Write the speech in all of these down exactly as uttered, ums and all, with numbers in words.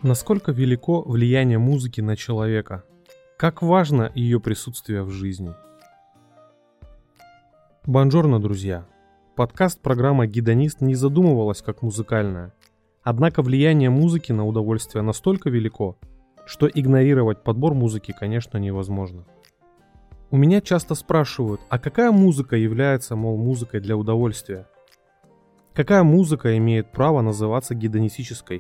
Насколько велико влияние музыки на человека? Как важно ее присутствие в жизни? Бонжорно, друзья! Подкаст-программа «Гедонист» не задумывалась как музыкальная. Однако влияние музыки на удовольствие настолько велико, что игнорировать подбор музыки, конечно, невозможно. У меня часто спрашивают, а какая музыка является, мол, музыкой для удовольствия? Какая музыка имеет право называться гедонистической?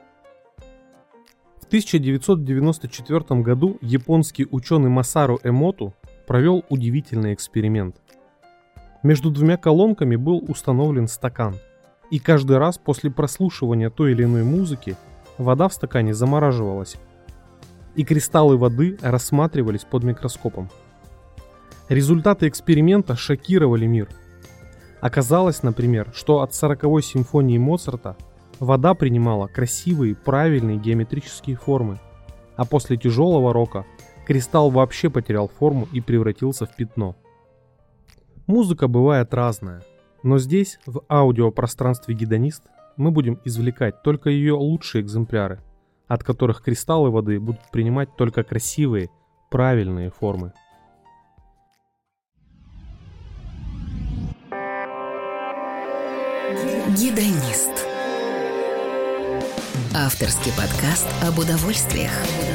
В тысяча девятьсот девяносто четвёртом году японский ученый Масару Эмоту провел удивительный эксперимент. Между двумя колонками был установлен стакан, и каждый раз после прослушивания той или иной музыки вода в стакане замораживалась, и кристаллы воды рассматривались под микроскопом. Результаты эксперимента шокировали мир. Оказалось, например, что от сороковой симфонии Моцарта вода принимала красивые, правильные геометрические формы, а после тяжелого рока кристалл вообще потерял форму и превратился в пятно. Музыка бывает разная, но здесь, в аудиопространстве «Гедонист», мы будем извлекать только ее лучшие экземпляры, от которых кристаллы воды будут принимать только красивые, правильные формы. Гедонист. Авторский подкаст об удовольствиях.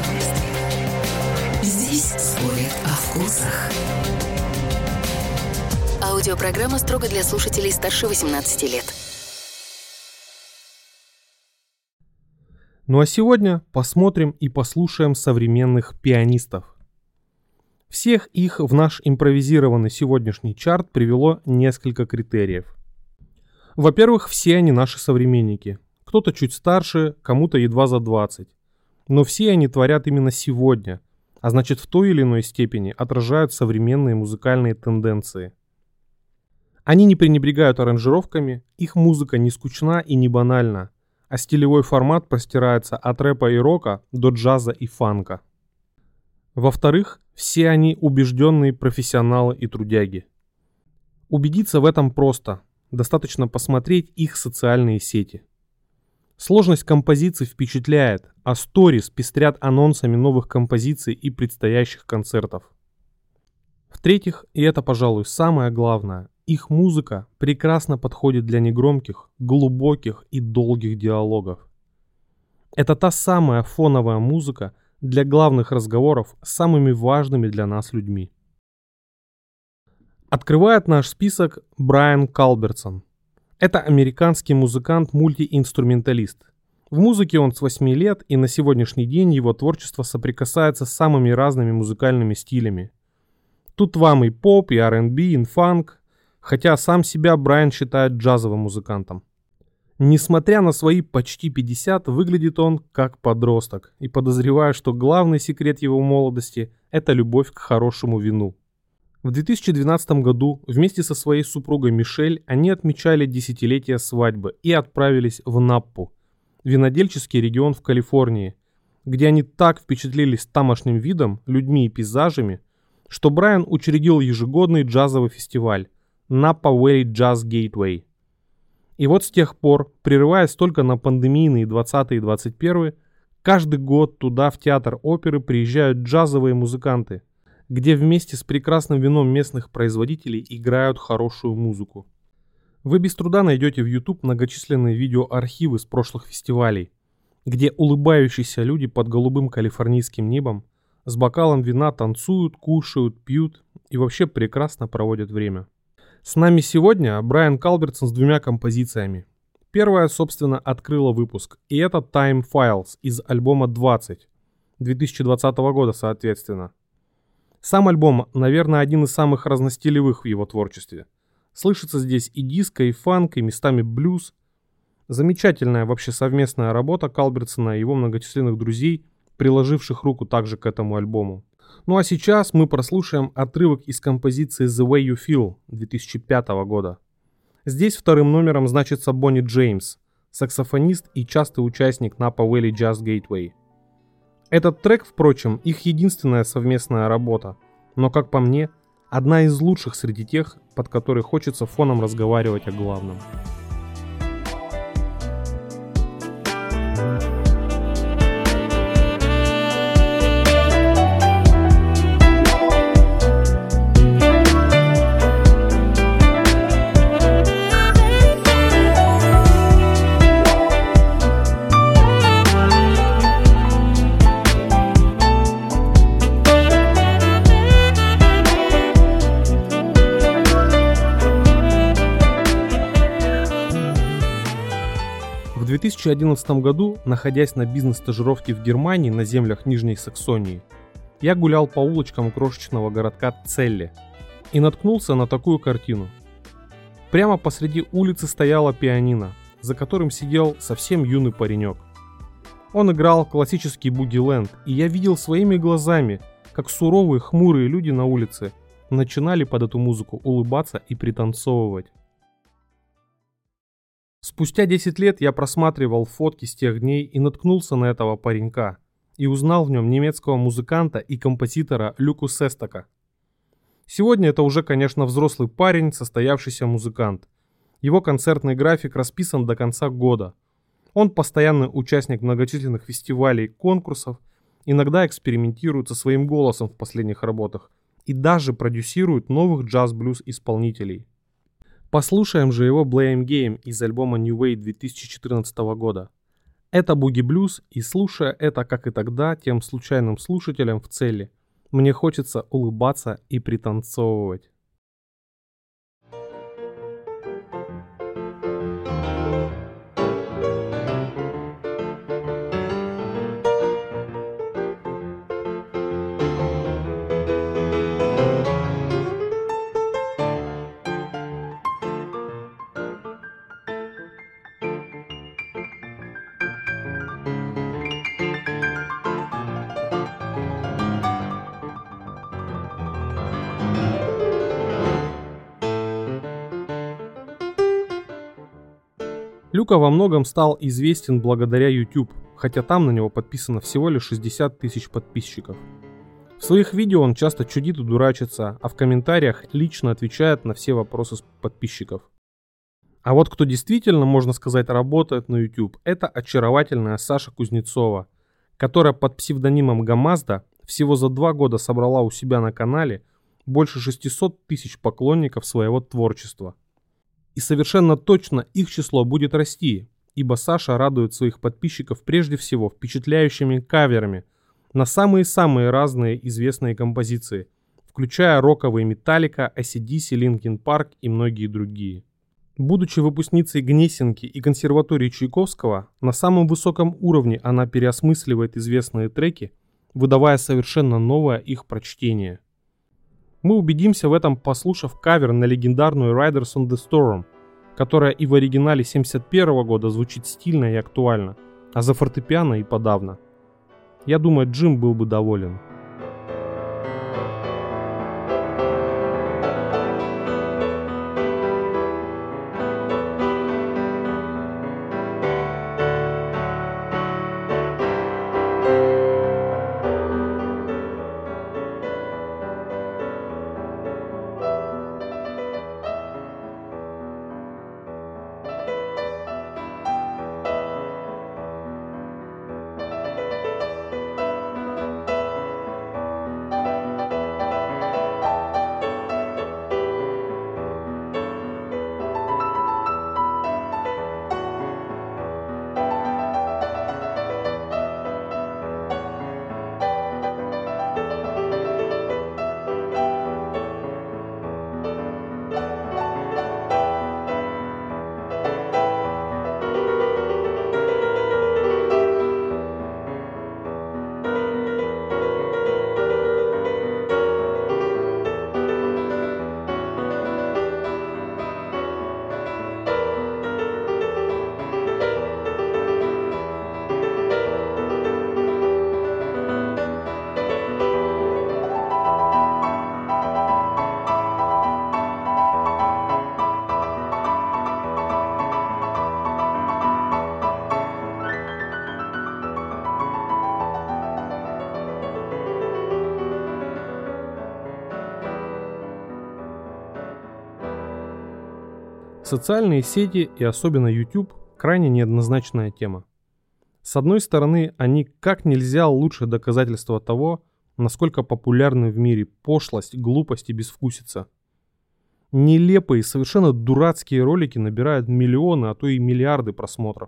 Здесь спорят о вкусах. Аудиопрограмма строго для слушателей старше восемнадцати лет. Ну а сегодня посмотрим и послушаем современных пианистов. Всех их в наш импровизированный сегодняшний чарт привело несколько критериев. Во-первых, все они наши современники. Кто-то чуть старше, кому-то едва за двадцать. Но все они творят именно сегодня, а значит в той или иной степени отражают современные музыкальные тенденции. Они не пренебрегают аранжировками, их музыка не скучна и не банальна, а стилевой формат простирается от рэпа и рока до джаза и фанка. Во-вторых, все они убежденные профессионалы и трудяги. Убедиться в этом просто, достаточно посмотреть их социальные сети. Сложность композиций впечатляет, а сторис пестрят анонсами новых композиций и предстоящих концертов. В-третьих, и это, пожалуй, самое главное, их музыка прекрасно подходит для негромких, глубоких и долгих диалогов. Это та самая фоновая музыка для главных разговоров с самыми важными для нас людьми. Открывает наш список Брайан Калбертсон. Это американский музыкант-мультиинструменталист. В музыке он с восьми лет, и на сегодняшний день его творчество соприкасается с самыми разными музыкальными стилями. Тут вам и поп, и ар энд би, и фанк, хотя сам себя Брайан считает джазовым музыкантом. Несмотря на свои почти пятьдесят, выглядит он как подросток, и подозреваю, что главный секрет его молодости – это любовь к хорошему вину. В две тысячи двенадцатом году вместе со своей супругой Мишель они отмечали десятилетие свадьбы и отправились в Наппу, винодельческий регион в Калифорнии, где они так впечатлились тамошним видом, людьми и пейзажами, что Брайан учредил ежегодный джазовый фестиваль Napa Valley Jazz Gateway. И вот с тех пор, прерываясь только на пандемийные двадцатые и двадцать первые, каждый год туда в театр оперы приезжают джазовые музыканты, где вместе с прекрасным вином местных производителей играют хорошую музыку. Вы без труда найдете в YouTube многочисленные видеоархивы с прошлых фестивалей, где улыбающиеся люди под голубым калифорнийским небом с бокалом вина танцуют, кушают, пьют и вообще прекрасно проводят время. С нами сегодня Брайан Калбертсон с двумя композициями. Первая, собственно, открыла выпуск, и это Time Files из альбома двадцать, две тысячи двадцатого года соответственно. Сам альбом, наверное, один из самых разностилевых в его творчестве. Слышится здесь и диско, и фанк, и местами блюз. Замечательная вообще совместная работа Калбертсона и его многочисленных друзей, приложивших руку также к этому альбому. Ну а сейчас мы прослушаем отрывок из композиции The Way You Feel две тысячи пятого года. Здесь вторым номером значится Бонни Джеймс, саксофонист и частый участник Napa Valley Jazz Gateway. Этот трек, впрочем, их единственная совместная работа, но, как по мне, одна из лучших среди тех, под которой хочется фоном разговаривать о главном. две тысячи одиннадцатом году, находясь на бизнес-стажировке в Германии на землях Нижней Саксонии, я гулял по улочкам крошечного городка Целле и наткнулся на такую картину. Прямо посреди улицы стояла пианино, за которым сидел совсем юный паренек. Он играл классический буги-ленд, и я видел своими глазами, как суровые, хмурые люди на улице начинали под эту музыку улыбаться и пританцовывать. Спустя десять лет я просматривал фотки с тех дней и наткнулся на этого паренька и узнал в нем немецкого музыканта и композитора Люку Сестака. Сегодня это уже, конечно, взрослый парень, состоявшийся музыкант. Его концертный график расписан до конца года. Он постоянный участник многочисленных фестивалей и конкурсов, иногда экспериментирует со своим голосом в последних работах и даже продюсирует новых джаз-блюз исполнителей. Послушаем же его Blame Game из альбома New Way две тысячи четырнадцатого года. Это буги-блюз, и слушая это, как и тогда, тем случайным слушателям в Целле, мне хочется улыбаться и пританцовывать. Люка во многом стал известен благодаря YouTube, хотя там на него подписано всего лишь шестьдесят тысяч подписчиков. В своих видео он часто чудит и дурачится, а в комментариях лично отвечает на все вопросы подписчиков. А вот кто действительно, можно сказать, работает на YouTube, это очаровательная Саша Кузнецова, которая под псевдонимом Гамазда всего за два года собрала у себя на канале больше шестьсот тысяч поклонников своего творчества. И совершенно точно их число будет расти, ибо Саша радует своих подписчиков прежде всего впечатляющими каверами на самые-самые разные известные композиции, включая роковые Metallica, эй си ди си, Linkin Park и многие другие. Будучи выпускницей Гнесинки и консерватории Чайковского, на самом высоком уровне она переосмысливает известные треки, выдавая совершенно новое их прочтение. Мы убедимся в этом, послушав кавер на легендарную Riders on the Storm, которая и в оригинале семьдесят первого года звучит стильно и актуально, а за фортепиано и подавно. Я думаю, Джим был бы доволен. Социальные сети и особенно YouTube крайне неоднозначная тема. С одной стороны, они как нельзя лучше доказательство того, насколько популярны в мире пошлость, глупость и безвкусица. Нелепые, совершенно дурацкие ролики набирают миллионы, а то и миллиарды просмотров.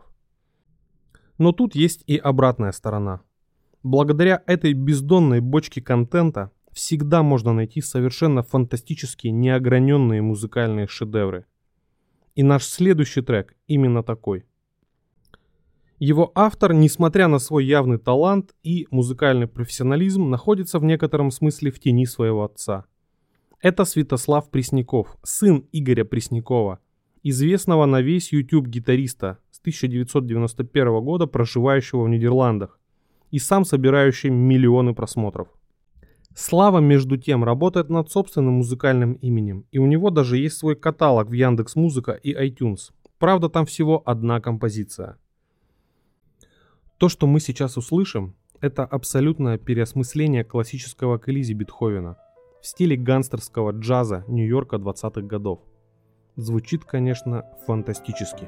Но тут есть и обратная сторона. Благодаря этой бездонной бочке контента всегда можно найти совершенно фантастические, неограненные музыкальные шедевры. И наш следующий трек именно такой. Его автор, несмотря на свой явный талант и музыкальный профессионализм, находится в некотором смысле в тени своего отца. Это Святослав Пресняков, сын Игоря Преснякова, известного на весь YouTube гитариста с тысяча девятьсот девяносто первого года, проживающего в Нидерландах и сам собирающий миллионы просмотров. Слава, между тем, работает над собственным музыкальным именем, и у него даже есть свой каталог в Яндекс.Музыка и iTunes. Правда, там всего одна композиция. То, что мы сейчас услышим, это абсолютное переосмысление классического колизи Бетховена в стиле гангстерского джаза Нью-Йорка двадцатых годов. Звучит, конечно, фантастически.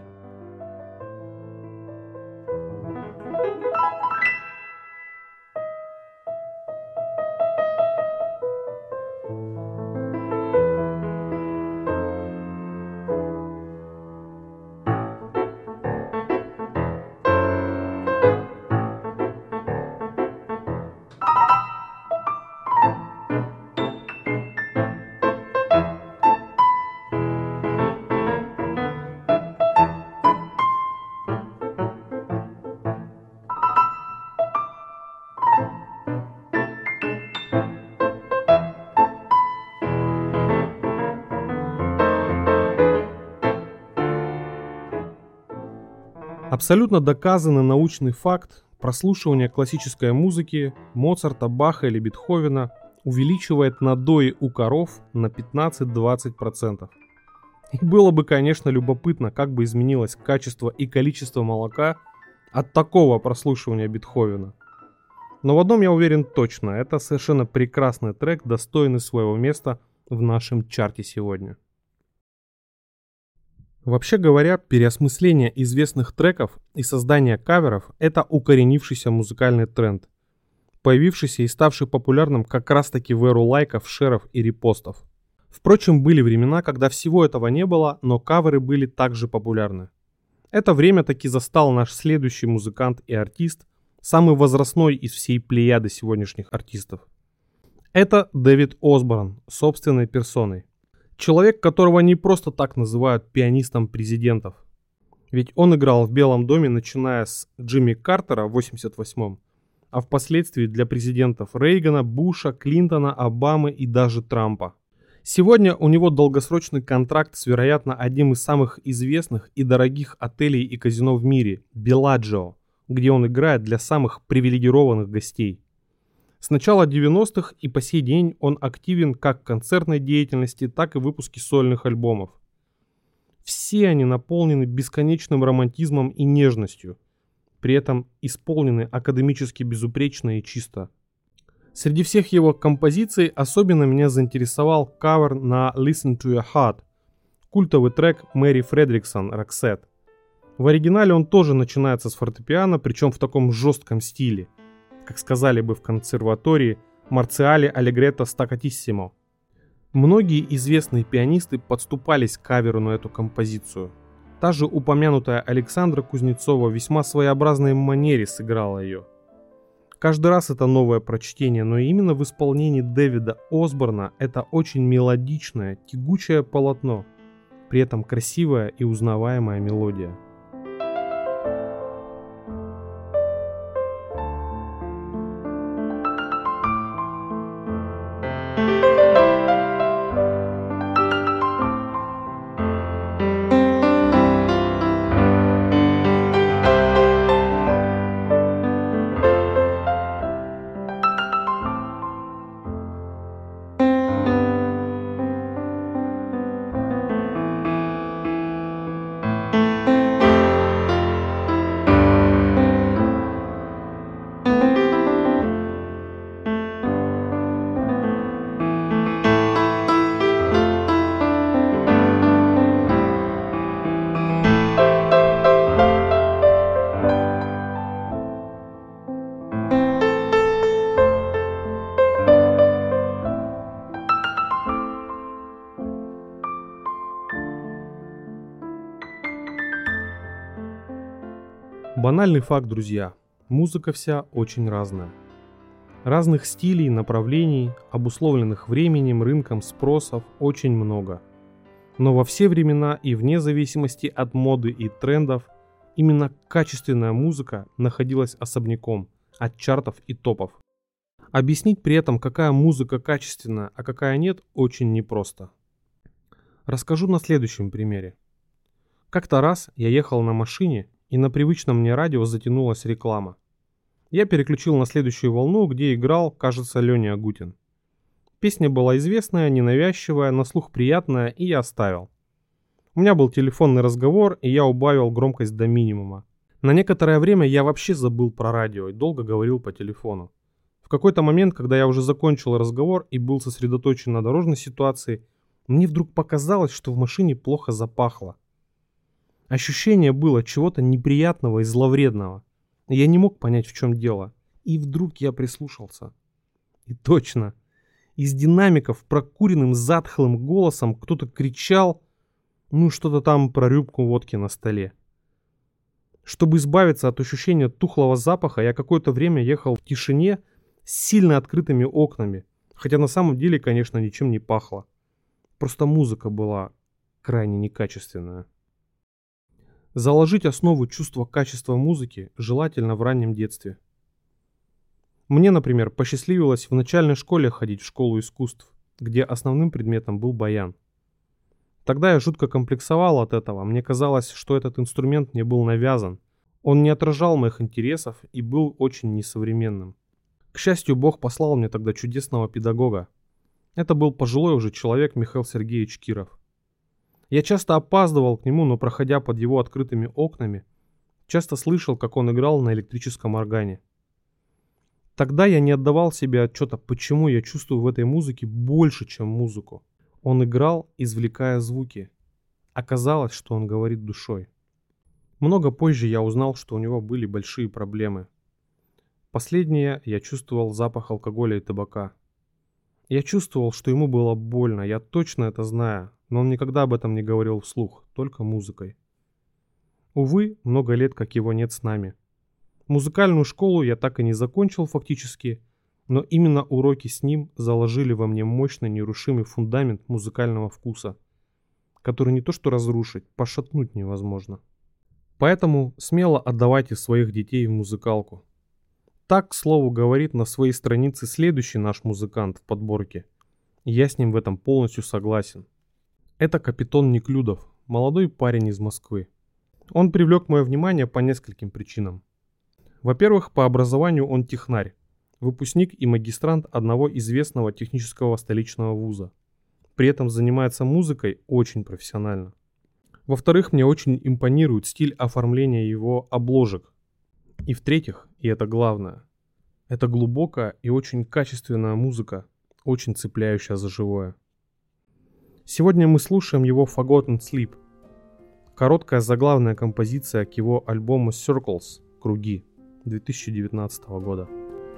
Абсолютно доказанный научный факт: прослушивание классической музыки Моцарта, Баха или Бетховена увеличивает надои у коров на пятнадцать-двадцать процентов. И было бы, конечно, любопытно, как бы изменилось качество и количество молока от такого прослушивания Бетховена. Но в одном я уверен точно: это совершенно прекрасный трек, достойный своего места в нашем чарте сегодня. Вообще говоря, переосмысление известных треков и создание каверов – это укоренившийся музыкальный тренд, появившийся и ставший популярным как раз таки в эру лайков, шеров и репостов. Впрочем, были времена, когда всего этого не было, но каверы были также популярны. Это время таки застал наш следующий музыкант и артист, самый возрастной из всей плеяды сегодняшних артистов. Это Дэвид Осборн собственной персоной. Человек, которого не просто так называют пианистом президентов. Ведь он играл в Белом доме, начиная с Джимми Картера в восемьдесят восьмом, а впоследствии для президентов Рейгана, Буша, Клинтона, Обамы и даже Трампа. Сегодня у него долгосрочный контракт с, вероятно, одним из самых известных и дорогих отелей и казино в мире – Белладжио, где он играет для самых привилегированных гостей. С начала девяностых и по сей день он активен как в концертной деятельности, так и в выпуске сольных альбомов. Все они наполнены бесконечным романтизмом и нежностью, при этом исполнены академически безупречно и чисто. Среди всех его композиций особенно меня заинтересовал кавер на Listen to Your Heart, культовый трек Мэри Фредриксон «Roxette». В оригинале он тоже начинается с фортепиано, причем в таком жестком стиле, как сказали бы в консерватории, марциале аллегретто стаккатиссимо. Многие известные пианисты подступались к каверу на эту композицию. Та же упомянутая Александра Кузнецова в весьма своеобразной манере сыграла ее. Каждый раз это новое прочтение, но именно в исполнении Дэвида Осборна это очень мелодичное, тягучее полотно, при этом красивая и узнаваемая мелодия. Банальный факт, друзья. Музыка вся очень разная. Разных стилей, направлений, обусловленных временем, рынком, спросов очень много. Но во все времена и вне зависимости от моды и трендов Именно качественная музыка находилась особняком от чартов и топов. Объяснить при этом, какая музыка качественная, а какая нет, очень непросто. Расскажу на следующем примере. Как-то раз я ехал на машине, и на привычном мне радио затянулась реклама. Я переключил на следующую волну, где играл, кажется, Леня Агутин. Песня была известная, ненавязчивая, на слух приятная, и я оставил. У меня был телефонный разговор, и я убавил громкость до минимума. На некоторое время я вообще забыл про радио и долго говорил по телефону. В какой-то момент, когда я уже закончил разговор и был сосредоточен на дорожной ситуации, мне вдруг показалось, что в машине плохо запахло. Ощущение было чего-то неприятного и зловредного. Я не мог понять, в чем дело. И вдруг я прислушался. И точно, из динамиков прокуренным затхлым голосом кто-то кричал, ну что-то там про рюмку водки на столе. Чтобы избавиться от ощущения тухлого запаха, я какое-то время ехал в тишине с сильно открытыми окнами. Хотя на самом деле, конечно, ничем не пахло. Просто музыка была крайне некачественная. Заложить основу чувства качества музыки желательно в раннем детстве. Мне, например, посчастливилось в начальной школе ходить в школу искусств, где основным предметом был баян. Тогда я жутко комплексовал от этого, мне казалось, что этот инструмент мне был навязан. Он не отражал моих интересов и был очень несовременным. К счастью, Бог послал мне тогда чудесного педагога. Это был пожилой уже человек Михаил Сергеевич Киров. Я часто опаздывал к нему, но проходя под его открытыми окнами, часто слышал, как он играл на электрическом органе. Тогда я не отдавал себе отчета, почему я чувствую в этой музыке больше, чем музыку. Он играл, извлекая звуки. Оказалось, что он говорит душой. Много позже я узнал, что у него были большие проблемы. Последнее я чувствовал запах алкоголя и табака. Я чувствовал, что ему было больно, я точно это знаю, но он никогда об этом не говорил вслух, только музыкой. Увы, много лет как его нет с нами. Музыкальную школу я так и не закончил фактически, но именно уроки с ним заложили во мне мощный нерушимый фундамент музыкального вкуса, который не то что разрушить, пошатнуть невозможно. Поэтому смело отдавайте своих детей в музыкалку. Так, к слову, говорит на своей странице следующий наш музыкант в подборке. Я с ним в этом полностью согласен. Это Капитон Неклюдов, молодой парень из Москвы. Он привлек мое внимание по нескольким причинам. Во-первых, по образованию он технарь, выпускник и магистрант одного известного технического столичного вуза. При этом занимается музыкой очень профессионально. Во-вторых, мне очень импонирует стиль оформления его обложек. И в-третьих, и это главное, это глубокая и очень качественная музыка, очень цепляющая за живое. Сегодня мы слушаем его Forgotten Sleep. Короткая заглавная композиция к его альбому Circles «Круги» две тысячи девятнадцатого года.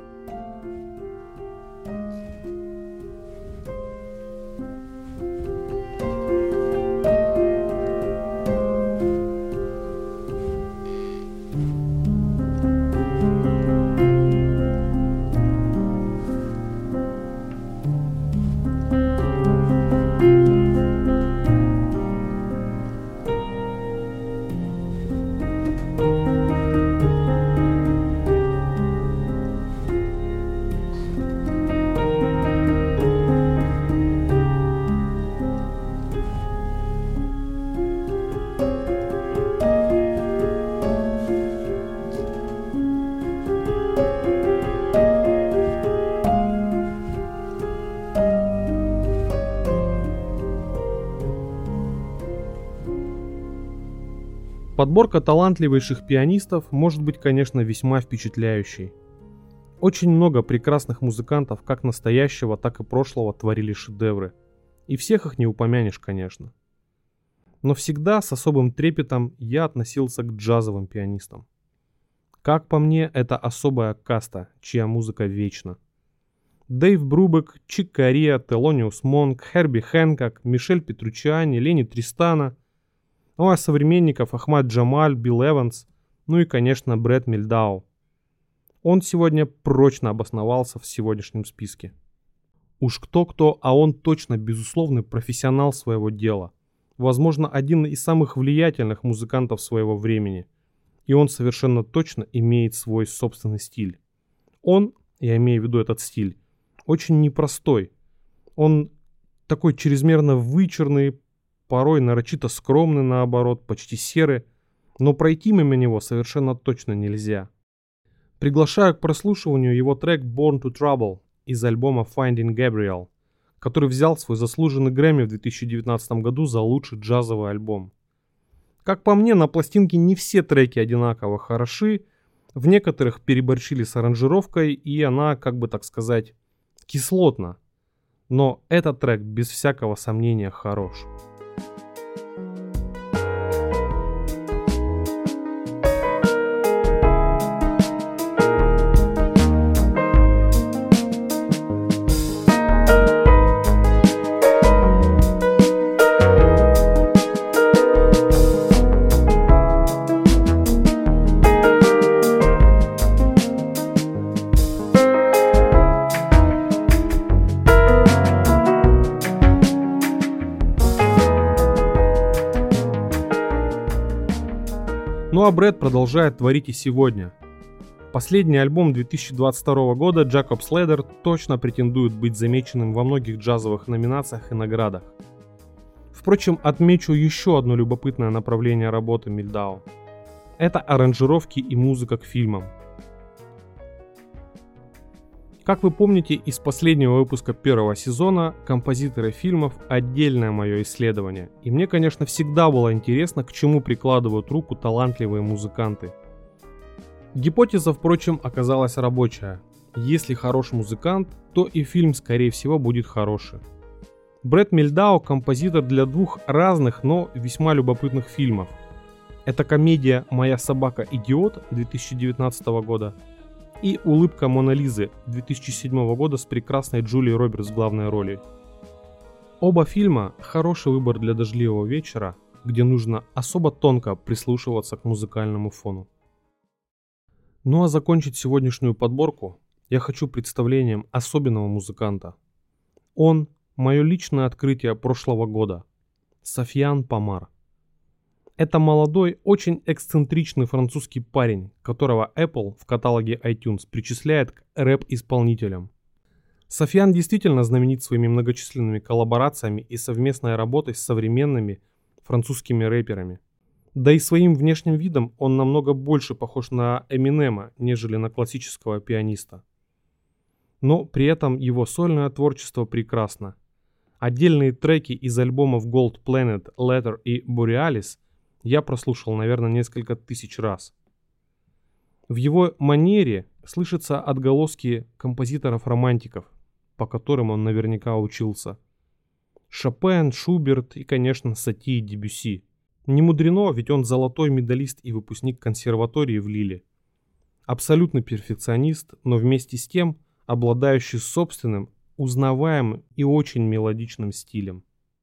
Подборка талантливейших пианистов может быть, конечно, весьма впечатляющей. Очень много прекрасных музыкантов, как настоящего, так и прошлого, творили шедевры. И всех их не упомянешь, конечно. Но всегда с особым трепетом я относился к джазовым пианистам. Как по мне, это особая каста, чья музыка вечна. Дэйв Брубек, Чик Кориа, Телониус Монк, Херби Хэнкок, Мишель Петруччиани, Ленни Тристана, ну а современников Ахмад Джамаль, Билл Эванс, ну и, конечно, Брэд Мельдау. Он сегодня прочно обосновался в сегодняшнем списке. Уж кто-кто, а он точно безусловный профессионал своего дела. Возможно, один из самых влиятельных музыкантов своего времени. и он совершенно точно имеет свой собственный стиль. Он, я имею в виду этот стиль, очень непростой. Он такой чрезмерно вычурный, порой нарочито скромный наоборот, почти серый, но пройти мимо него совершенно точно нельзя. Приглашаю к прослушиванию его трек Born to Trouble из альбома Finding Gabriel, который взял свой заслуженный Грэмми в две тысячи девятнадцатом году за лучший джазовый альбом. Как по мне, на пластинке не все треки одинаково хороши, в некоторых переборщили с аранжировкой, и она, как бы так сказать, кислотна. Но этот трек без всякого сомнения хорош. Ну а Брэд продолжает творить и сегодня. Последний альбом две тысячи двадцать второго года Jacob's Ladder точно претендует быть замеченным во многих джазовых номинациях и наградах. Впрочем, отмечу еще одно любопытное направление работы Мильдао. Это аранжировки и музыка к фильмам. Как вы помните из последнего выпуска первого сезона, композиторы фильмов – отдельное мое исследование. И мне, конечно, всегда было интересно, к чему прикладывают руку талантливые музыканты. Гипотеза, впрочем, оказалась рабочая. Если хорош музыкант, то и фильм, скорее всего, будет хороший. Брэд Мильдао – композитор для двух разных, но весьма любопытных фильмов. Это комедия «Моя собака идиот» две тысячи девятнадцатого года и «Улыбка Моны Лизы» две тысячи седьмого года с прекрасной Джулией Робертс в главной роли. Оба фильма – хороший выбор для дождливого вечера, где нужно особо тонко прислушиваться к музыкальному фону. Ну а закончить сегодняшнюю подборку я хочу представлением особенного музыканта. Он – мое личное открытие прошлого года – Софьян Памар. Это молодой, очень эксцентричный французский парень, которого Apple в каталоге iTunes причисляет к рэп-исполнителям. Софьян действительно знаменит своими многочисленными коллаборациями и совместной работой с современными французскими рэперами. Да и своим внешним видом он намного больше похож на Эминема, нежели на классического пианиста. Но при этом его сольное творчество прекрасно. Отдельные треки из альбомов Gold Planet, Letter и Borealis я прослушал, наверное, несколько тысяч раз. В его манере слышатся отголоски композиторов-романтиков, по которым он наверняка учился. Шопен, Шуберт и, конечно, Сати и Дебюсси. Не мудрено, ведь он золотой медалист и выпускник консерватории в Лиле. Абсолютный перфекционист, но вместе с тем обладающий собственным, узнаваемым и очень мелодичным стилем.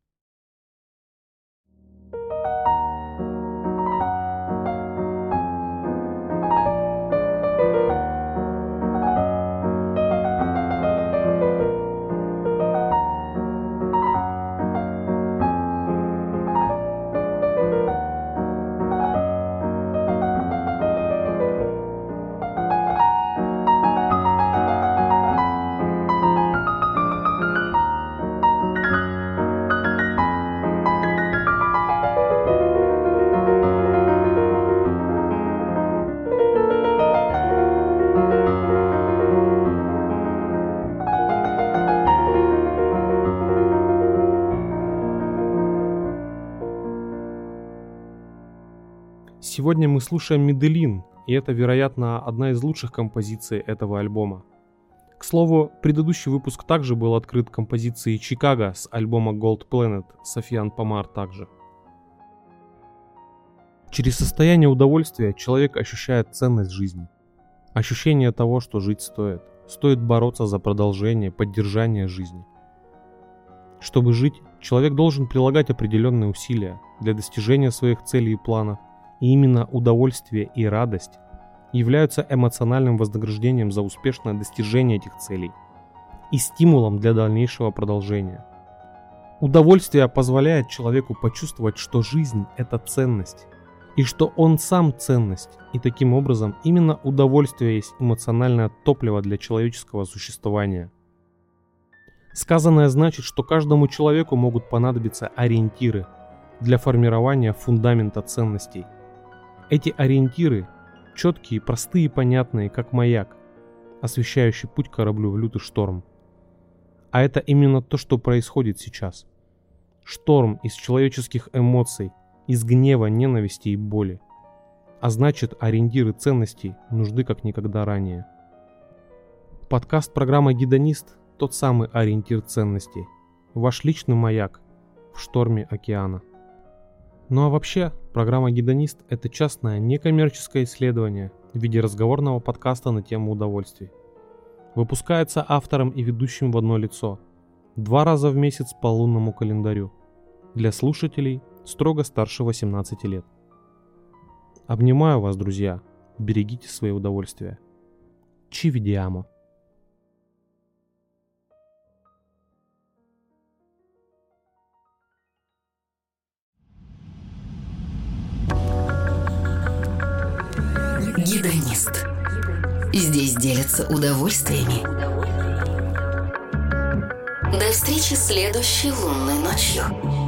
Сегодня мы слушаем Меделин, и это, вероятно, одна из лучших композиций этого альбома. К слову, предыдущий выпуск также был открыт композицией Чикаго с альбома Gold Planet, Софьян Памар также. Через состояние удовольствия человек ощущает ценность жизни. Ощущение того, что жить стоит. Стоит бороться за продолжение, поддержание жизни. Чтобы жить, человек должен прилагать определенные усилия для достижения своих целей и планов. И именно удовольствие и радость являются эмоциональным вознаграждением за успешное достижение этих целей и стимулом для дальнейшего продолжения. Удовольствие позволяет человеку почувствовать, что жизнь – это ценность, И что он сам ценность, и таким образом именно удовольствие есть эмоциональное топливо для человеческого существования. Сказанное значит, что каждому человеку могут понадобиться ориентиры для формирования фундамента ценностей. Эти ориентиры четкие, простые и понятные, как маяк, освещающий путь кораблю в лютый шторм. А это именно то, что происходит сейчас. Шторм из человеческих эмоций, из гнева, ненависти и боли. А значит, ориентиры ценностей нужны как никогда ранее. Подкаст программы «Гедонист» – тот самый ориентир ценностей. Ваш личный маяк в шторме океана. Ну а вообще, программа «Гедонист» – это частное некоммерческое исследование в виде разговорного подкаста на тему удовольствий. Выпускается автором и ведущим в одно лицо. Два раза в месяц по лунному календарю. Для слушателей строго старше восемнадцати лет. Обнимаю вас, друзья. Берегите свои удовольствия. Ci vediamo. Гедонист. Здесь делятся удовольствиями. До встречи следующей лунной ночью.